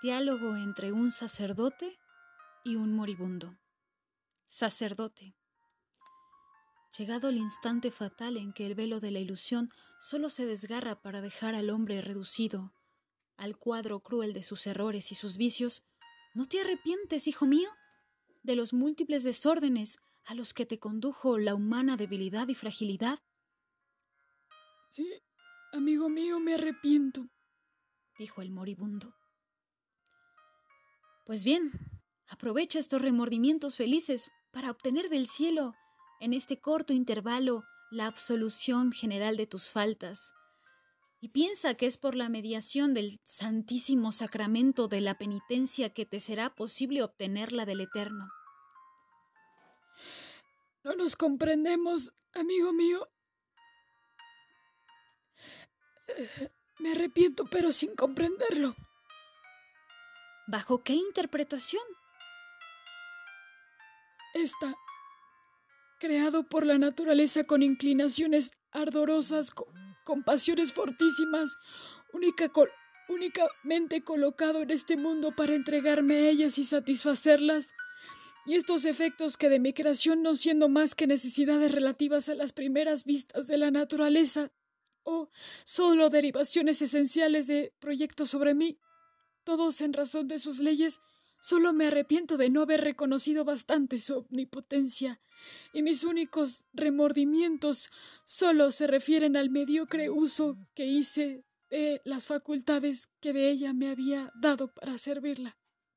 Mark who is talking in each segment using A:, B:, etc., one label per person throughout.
A: Diálogo entre un sacerdote y un moribundo. Sacerdote. Llegado el instante fatal en que el velo de la ilusión solo se desgarra para dejar al hombre reducido al cuadro cruel de sus errores y sus vicios, ¿no te arrepientes, hijo mío, de los múltiples desórdenes a los que te condujo la humana debilidad y fragilidad?
B: Sí, amigo mío, me arrepiento,
A: dijo el moribundo. Pues bien, aprovecha estos remordimientos felices para obtener del cielo, en este corto intervalo, la absolución general de tus faltas. Y piensa que es por la mediación del santísimo sacramento de la penitencia que te será posible obtener la del Eterno.
B: No nos comprendemos, amigo mío. Me arrepiento, pero sin comprenderlo.
A: ¿Bajo qué interpretación?
B: Está creado por la naturaleza con inclinaciones ardorosas, con pasiones fortísimas, únicamente colocado en este mundo para entregarme a ellas y satisfacerlas. Y estos efectos que de mi creación, no siendo más que necesidades relativas a las primeras vistas de la naturaleza, o solo derivaciones esenciales de proyectos sobre mí, todos en razón de sus leyes, solo me arrepiento de no haber reconocido bastante su omnipotencia, y mis únicos remordimientos solo se refieren al mediocre uso que hice de las facultades que de ella me había dado para servirla.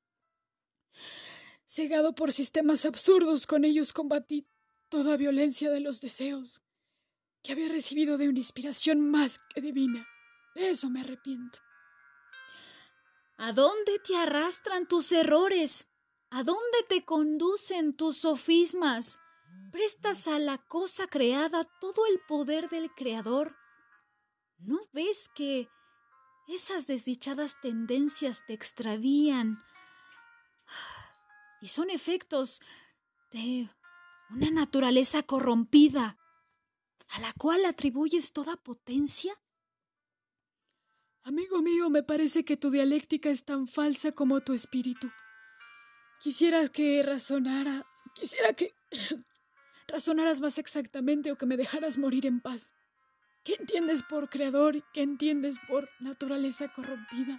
B: Cegado por sistemas absurdos, con ellos combatí toda violencia de los deseos que había recibido de una inspiración más que divina. De eso me arrepiento.
A: ¿A dónde te arrastran tus errores? ¿A dónde te conducen tus sofismas? Prestas a la cosa creada todo el poder del Creador. ¿No ves que esas desdichadas tendencias te extravían? Y son efectos de una naturaleza corrompida, a la cual atribuyes toda potencia.
B: Amigo mío, me parece que tu dialéctica es tan falsa como tu espíritu. Quisiera que razonaras más exactamente, o que me dejaras morir en paz. ¿Qué entiendes por creador y qué entiendes por naturaleza corrompida?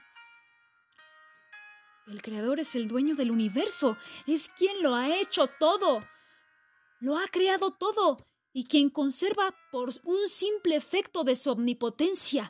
A: El creador es el dueño del universo, es quien lo ha hecho todo, lo ha creado todo, y quien conserva por un simple efecto de su omnipotencia.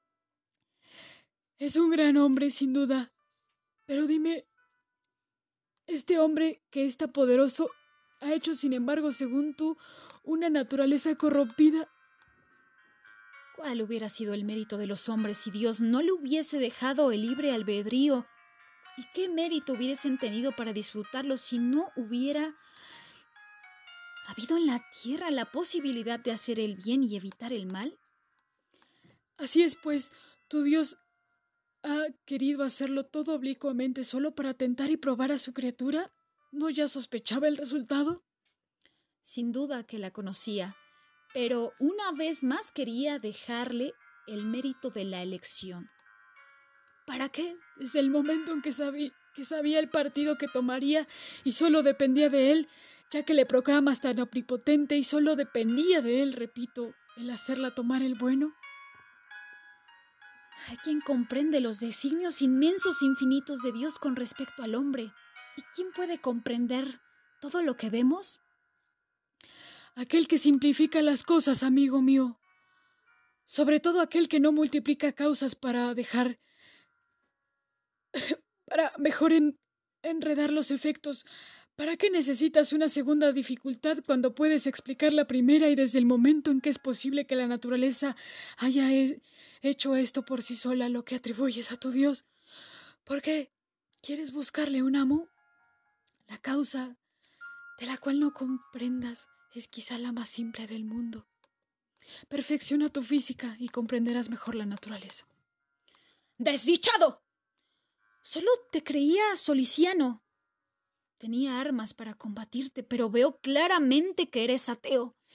B: Es un gran hombre, sin duda, pero dime, este hombre que es tan poderoso ha hecho, sin embargo, según tú, una naturaleza corrompida.
A: ¿Cuál hubiera sido el mérito de los hombres si Dios no le hubiese dejado el libre albedrío? ¿Y qué mérito hubiesen tenido para disfrutarlo si no hubiera habido en la tierra la posibilidad de hacer el bien y evitar el mal?
B: Así es, pues, tu Dios ha querido hacerlo todo oblicuamente solo para tentar y probar a su criatura. ¿No ya sospechaba el resultado?
A: Sin duda que la conocía, pero una vez más quería dejarle el mérito de la elección.
B: ¿Para qué? Desde el momento en que sabía el partido que tomaría y solo dependía de él, ya que le proclamas tan omnipotente y solo dependía de él, repito, el hacerla tomar el bueno.
A: Hay quien comprende los designios inmensos e infinitos de Dios con respecto al hombre. ¿Y quién puede comprender todo lo que vemos?
B: Aquel que simplifica las cosas, amigo mío. Sobre todo aquel que no multiplica causas para mejor enredar los efectos. ¿Para qué necesitas una segunda dificultad cuando puedes explicar la primera, y desde el momento en que es posible que la naturaleza haya hecho esto por sí sola, lo que atribuyes a tu Dios? ¿Por qué quieres buscarle un amo? La causa de la cual no comprendas es quizá la más simple del mundo. Perfecciona tu física y comprenderás mejor la naturaleza.
A: ¡Desdichado! Solo te creía soliciano. Tenía armas para combatirte, pero veo claramente que eres ateo.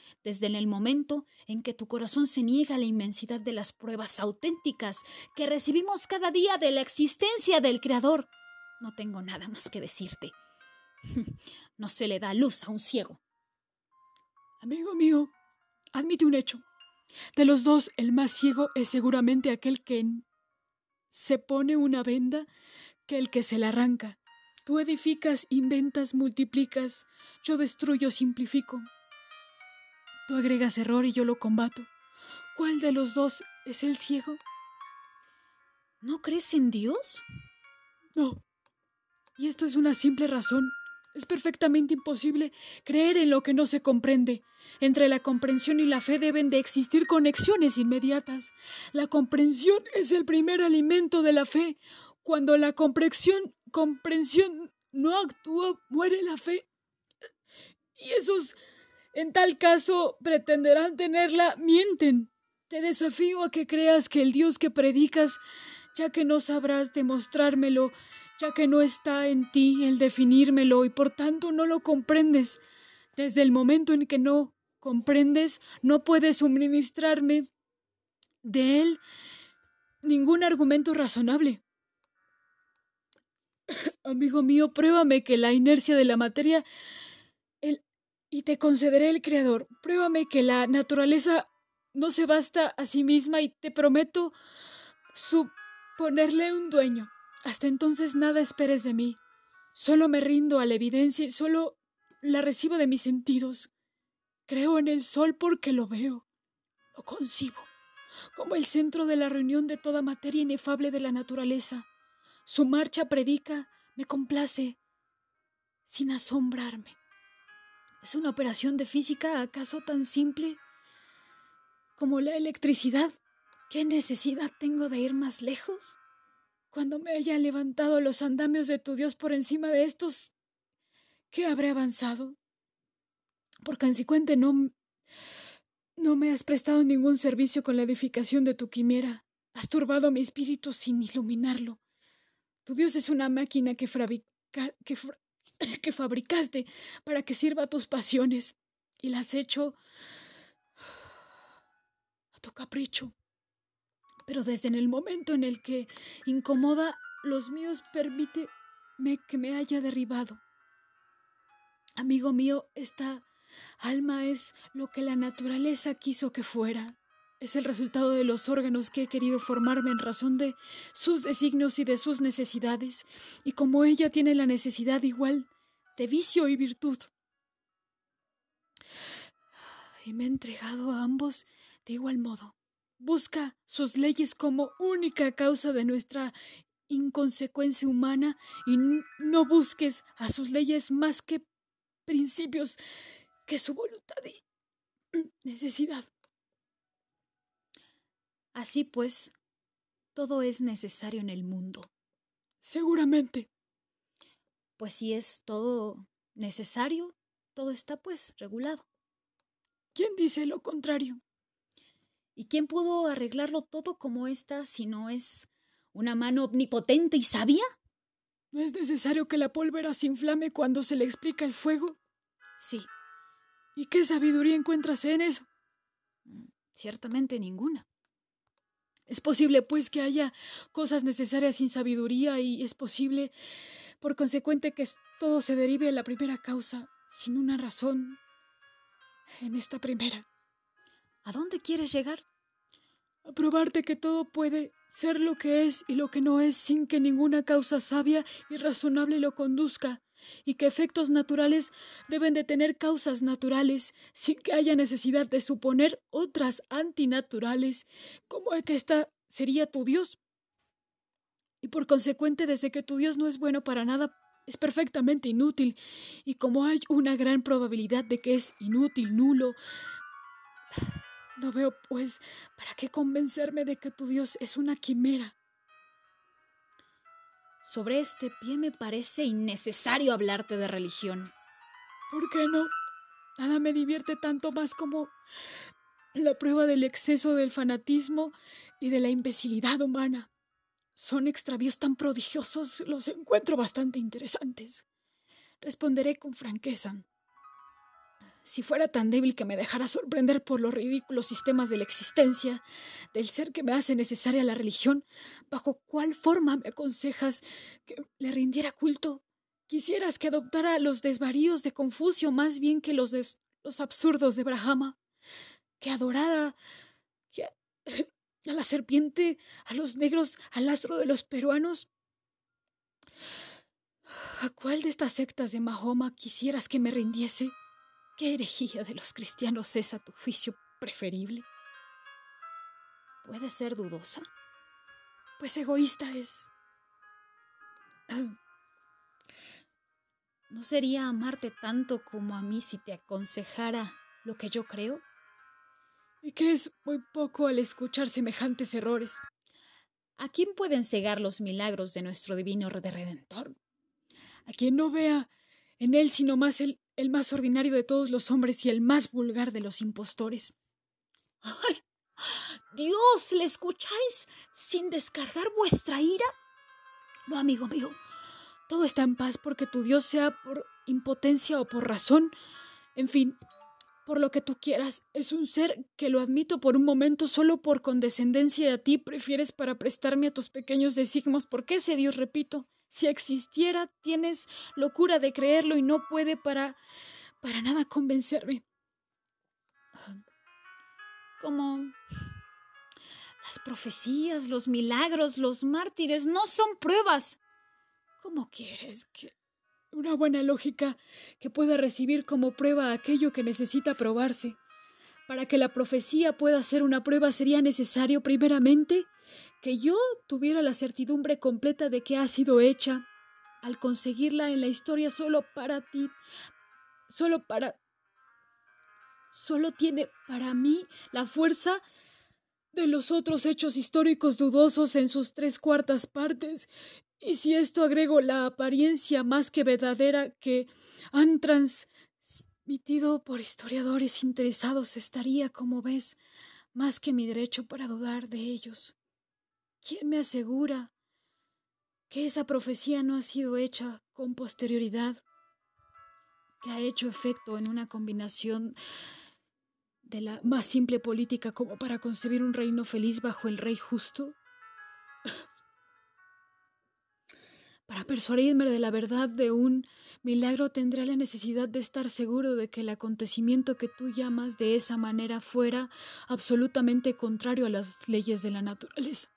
A: desde el momento en que tu corazón se niega a la inmensidad de las pruebas auténticas que recibimos cada día de la existencia del Creador. No tengo nada más que decirte. No se le da luz a un ciego.
B: Amigo mío, admite un hecho. De los dos, el más ciego es seguramente aquel que se pone una venda que el que se la arranca. Tú edificas, inventas, multiplicas. Yo destruyo, simplifico. Tú agregas error y yo lo combato. ¿Cuál de los dos es el ciego?
A: ¿No crees en Dios?
B: No. Y esto es una simple razón. Es perfectamente imposible creer en lo que no se comprende. Entre la comprensión y la fe deben de existir conexiones inmediatas. La comprensión es el primer alimento de la fe. Cuando la comprensión no actúa, muere la fe. Y esos, en tal caso, pretenderán tenerla, mienten. Te desafío a que creas que el Dios que predicas, ya que no sabrás demostrármelo, ya que no está en ti el definírmelo y por tanto no lo comprendes. Desde el momento en que no comprendes, no puedes suministrarme de él ningún argumento razonable. Amigo mío, pruébame que la inercia de la materia y te concederé el Creador. Pruébame que la naturaleza no se basta a sí misma y te prometo ponerle un dueño. Hasta entonces nada esperes de mí. Solo me rindo a la evidencia y solo la recibo de mis sentidos. Creo en el sol porque lo veo, lo concibo, como el centro de la reunión de toda materia inefable de la naturaleza. Su marcha predica, me complace, sin asombrarme. ¿Es una operación de física acaso tan simple como la electricidad? ¿Qué necesidad tengo de ir más lejos? Cuando me haya levantado los andamios de tu Dios por encima de estos, ¿qué habré avanzado? Por consecuente, no me has prestado ningún servicio con la edificación de tu quimera. Has turbado mi espíritu sin iluminarlo. Tu Dios es una máquina que fabricaste para que sirva a tus pasiones y la has hecho a tu capricho. Pero desde en el momento en el que incomoda los míos, permíteme que me haya derribado. Amigo mío, esta alma es lo que la naturaleza quiso que fuera. Es el resultado de los órganos que he querido formarme en razón de sus designios y de sus necesidades, y como ella tiene la necesidad igual de vicio y virtud. Y me he entregado a ambos de igual modo. Busca sus leyes como única causa de nuestra inconsecuencia humana y no busques a sus leyes más que principios que su voluntad y necesidad.
A: Así pues, todo es necesario en el mundo.
B: Seguramente.
A: Pues si es todo necesario, todo está pues regulado.
B: ¿Quién dice lo contrario?
A: ¿Y quién pudo arreglarlo todo como está si no es una mano omnipotente y sabia?
B: ¿No es necesario que la pólvora se inflame cuando se le explica el fuego?
A: Sí.
B: ¿Y qué sabiduría encuentras en eso?
A: Ciertamente ninguna.
B: Es posible, pues, que haya cosas necesarias sin sabiduría y es posible, por consecuente, que todo se derive de la primera causa, sin una razón en esta primera.
A: ¿A dónde quieres llegar?
B: A probarte que todo puede ser lo que es y lo que no es sin que ninguna causa sabia y razonable lo conduzca, y que efectos naturales deben de tener causas naturales sin que haya necesidad de suponer otras antinaturales, como que esta sería tu Dios. Y por consecuente, desde que tu Dios no es bueno para nada, es perfectamente inútil, y como hay una gran probabilidad de que es inútil, nulo, no veo, pues, para qué convencerme de que tu Dios es una quimera.
A: Sobre este pie me parece innecesario hablarte de religión.
B: ¿Por qué no? Nada me divierte tanto más como la prueba del exceso del fanatismo y de la imbecilidad humana. Son extravíos tan prodigiosos, los encuentro bastante interesantes. Responderé con franqueza. Si fuera tan débil que me dejara sorprender por los ridículos sistemas de la existencia, del ser que me hace necesaria la religión, ¿bajo cuál forma me aconsejas que le rindiera culto? ¿Quisieras que adoptara los desvaríos de Confucio más bien que los absurdos de Brahma? ¿Que adorara que a la serpiente, a los negros, al astro de los peruanos? ¿A cuál de estas sectas de Mahoma quisieras que me rindiese? ¿Qué herejía de los cristianos es a tu juicio preferible?
A: ¿Puede ser dudosa?
B: Pues egoísta es.
A: ¿No sería amarte tanto como a mí si te aconsejara lo que yo creo?
B: Y que es muy poco al escuchar semejantes errores.
A: ¿A quién pueden cegar los milagros de nuestro divino Redentor?
B: A quien no vea en él sino más el más ordinario de todos los hombres y el más vulgar de los impostores.
A: ¡Ay! ¡Dios! ¿Le escucháis sin descargar vuestra ira?
B: No, amigo mío. Todo está en paz porque tu Dios, sea por impotencia o por razón, en fin, por lo que tú quieras, es un ser que lo admito por un momento solo por condescendencia, y a ti prefieres para prestarme a tus pequeños designios, porque ese Dios, repito, si existiera, tienes locura de creerlo y no puede para nada convencerme.
A: Como las profecías, los milagros, los mártires no son pruebas.
B: ¿Cómo quieres que una buena lógica que pueda recibir como prueba aquello que necesita probarse? Para que la profecía pueda ser una prueba sería necesario, primeramente, que yo tuviera la certidumbre completa de que ha sido hecha. Al conseguirla en la historia solo tiene para mí la fuerza de los otros hechos históricos dudosos en sus 3/4 partes. Y si esto agrego la apariencia más que verdadera que han transmitido por historiadores interesados, estaría, como ves, más que mi derecho para dudar de ellos. ¿Quién me asegura que esa profecía no ha sido hecha con posterioridad, que ha hecho efecto en una combinación de la más simple política como para concebir un reino feliz bajo el rey justo? Para persuadirme de la verdad de un milagro tendré la necesidad de estar seguro de que el acontecimiento que tú llamas de esa manera fuera absolutamente contrario a las leyes de la naturaleza.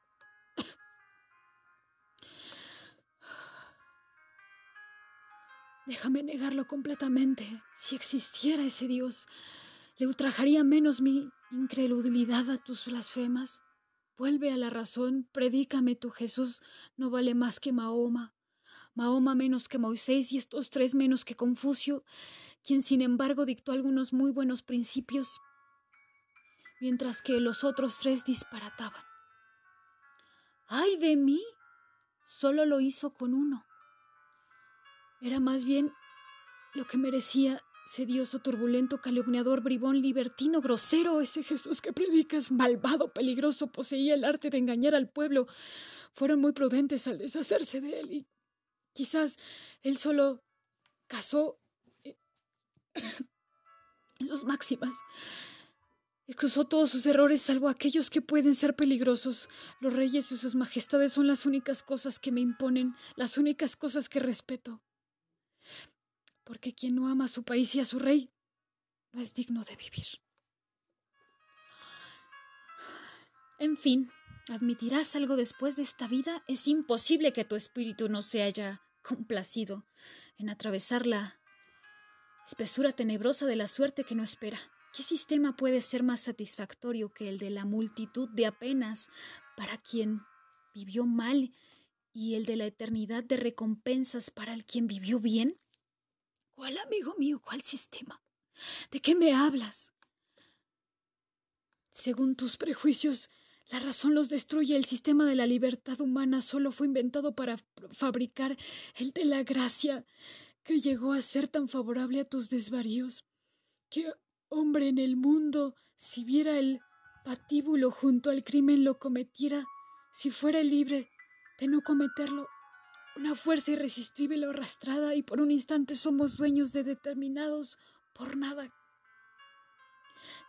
B: Déjame negarlo completamente. Si existiera ese Dios, ¿le ultrajaría menos mi incredulidad a tus blasfemas? Vuelve a la razón, predícame tu Jesús no vale más que Mahoma. Mahoma menos que Moisés y estos 3 menos que Confucio, quien sin embargo dictó algunos muy buenos principios, mientras que los otros 3 disparataban. ¡Ay de mí! Solo lo hizo con uno. Era más bien lo que merecía, sedioso, turbulento, calumniador, bribón, libertino, grosero. Ese Jesús que predicas, malvado, peligroso, poseía el arte de engañar al pueblo. Fueron muy prudentes al deshacerse de él y quizás él solo casó en sus máximas. Excusó todos sus errores, salvo aquellos que pueden ser peligrosos. Los reyes y sus majestades son las únicas cosas que me imponen, las únicas cosas que respeto. Porque quien no ama a su país y a su rey no es digno de vivir.
A: En fin, ¿admitirás algo después de esta vida? Es imposible que tu espíritu no se haya complacido en atravesar la espesura tenebrosa de la suerte que no espera. ¿Qué sistema puede ser más satisfactorio que el de la multitud de apenas para quien vivió mal y el de la eternidad de recompensas para el quien vivió bien?
B: ¿Cuál, amigo mío? ¿Cuál sistema? ¿De qué me hablas? Según tus prejuicios, la razón los destruye. El sistema de la libertad humana solo fue inventado para fabricar el de la gracia, que llegó a ser tan favorable a tus desvaríos. ¿Qué hombre en el mundo, si viera el patíbulo junto al crimen, lo cometiera si fuera libre de no cometerlo? Una fuerza irresistible lo arrastrada y por un instante somos dueños de determinados por nada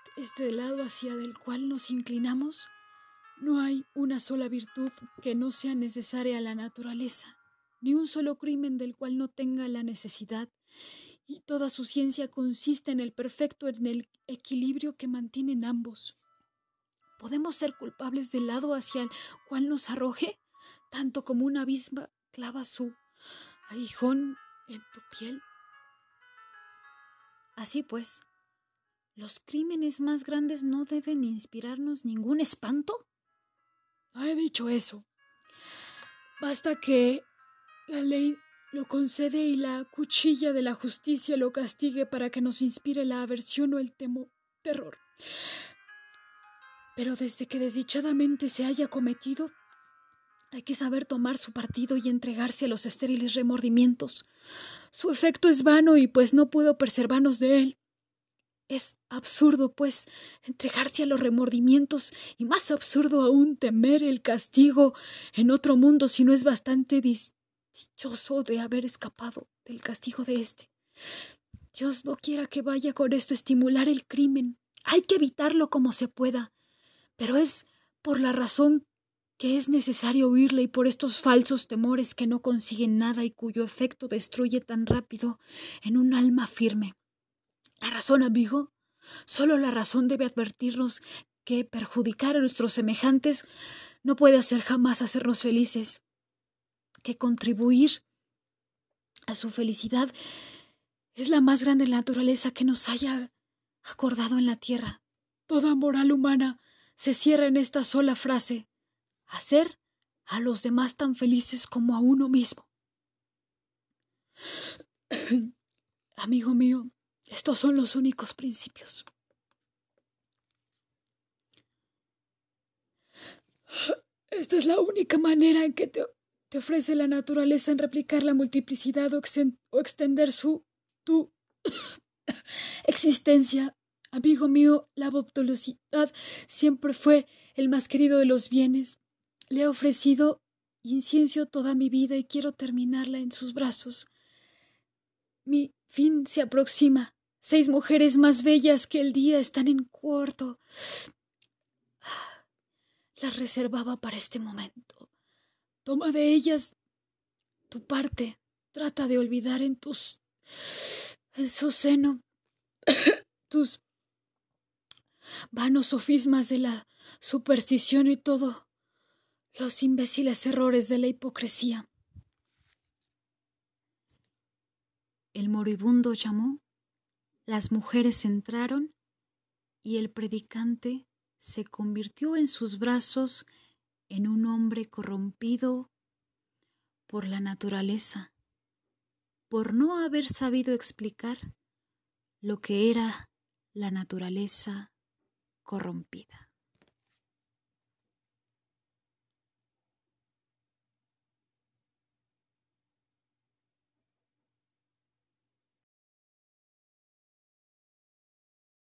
B: este lado hacia el cual nos inclinamos, no hay una sola virtud que no sea necesaria a la naturaleza, ni un solo crimen del cual no tenga la necesidad, y toda su ciencia consiste en el equilibrio que mantienen ambos. ¿Podemos ser culpables del lado hacia el cual nos arroje, tanto como una avispa clava su aguijón en tu piel?
A: Así pues, ¿los crímenes más grandes no deben inspirarnos ningún espanto?
B: No he dicho eso. Basta que la ley lo concede y la cuchilla de la justicia lo castigue para que nos inspire la aversión o el terror. Pero desde que desdichadamente se haya cometido, hay que saber tomar su partido y entregarse a los estériles remordimientos. Su efecto es vano y pues no puedo preservarnos de él. Es absurdo, pues, entregarse a los remordimientos y más absurdo aún temer el castigo en otro mundo si no es bastante dichoso de haber escapado del castigo de éste. Dios no quiera que vaya con esto a estimular el crimen. Hay que evitarlo como se pueda, pero es por la razón que es necesario huirle y por estos falsos temores que no consiguen nada y cuyo efecto destruye tan rápido en un alma firme. La razón, amigo, solo la razón debe advertirnos que perjudicar a nuestros semejantes no puede hacer jamás hacernos felices, que contribuir a su felicidad es la más grande naturaleza que nos haya acordado en la tierra. Toda moral humana se cierra en esta sola frase: hacer a los demás tan felices como a uno mismo. Amigo mío, estos son los únicos principios. Esta es la única manera en que te ofrece la naturaleza en replicar la multiplicidad o extender tu existencia. Amigo mío, la voluptuosidad siempre fue el más querido de los bienes. Le he ofrecido incienso toda mi vida y quiero terminarla en sus brazos. Mi fin se aproxima. 6 mujeres más bellas que el día están en cuarto. Las reservaba para este momento. Toma de ellas tu parte. Trata de olvidar en su seno tus vanos sofismas de la superstición y todos los imbéciles errores de la hipocresía.
A: El moribundo llamó, las mujeres entraron y el predicante se convirtió en sus brazos en un hombre corrompido por la naturaleza, por no haber sabido explicar lo que era la naturaleza corrompida.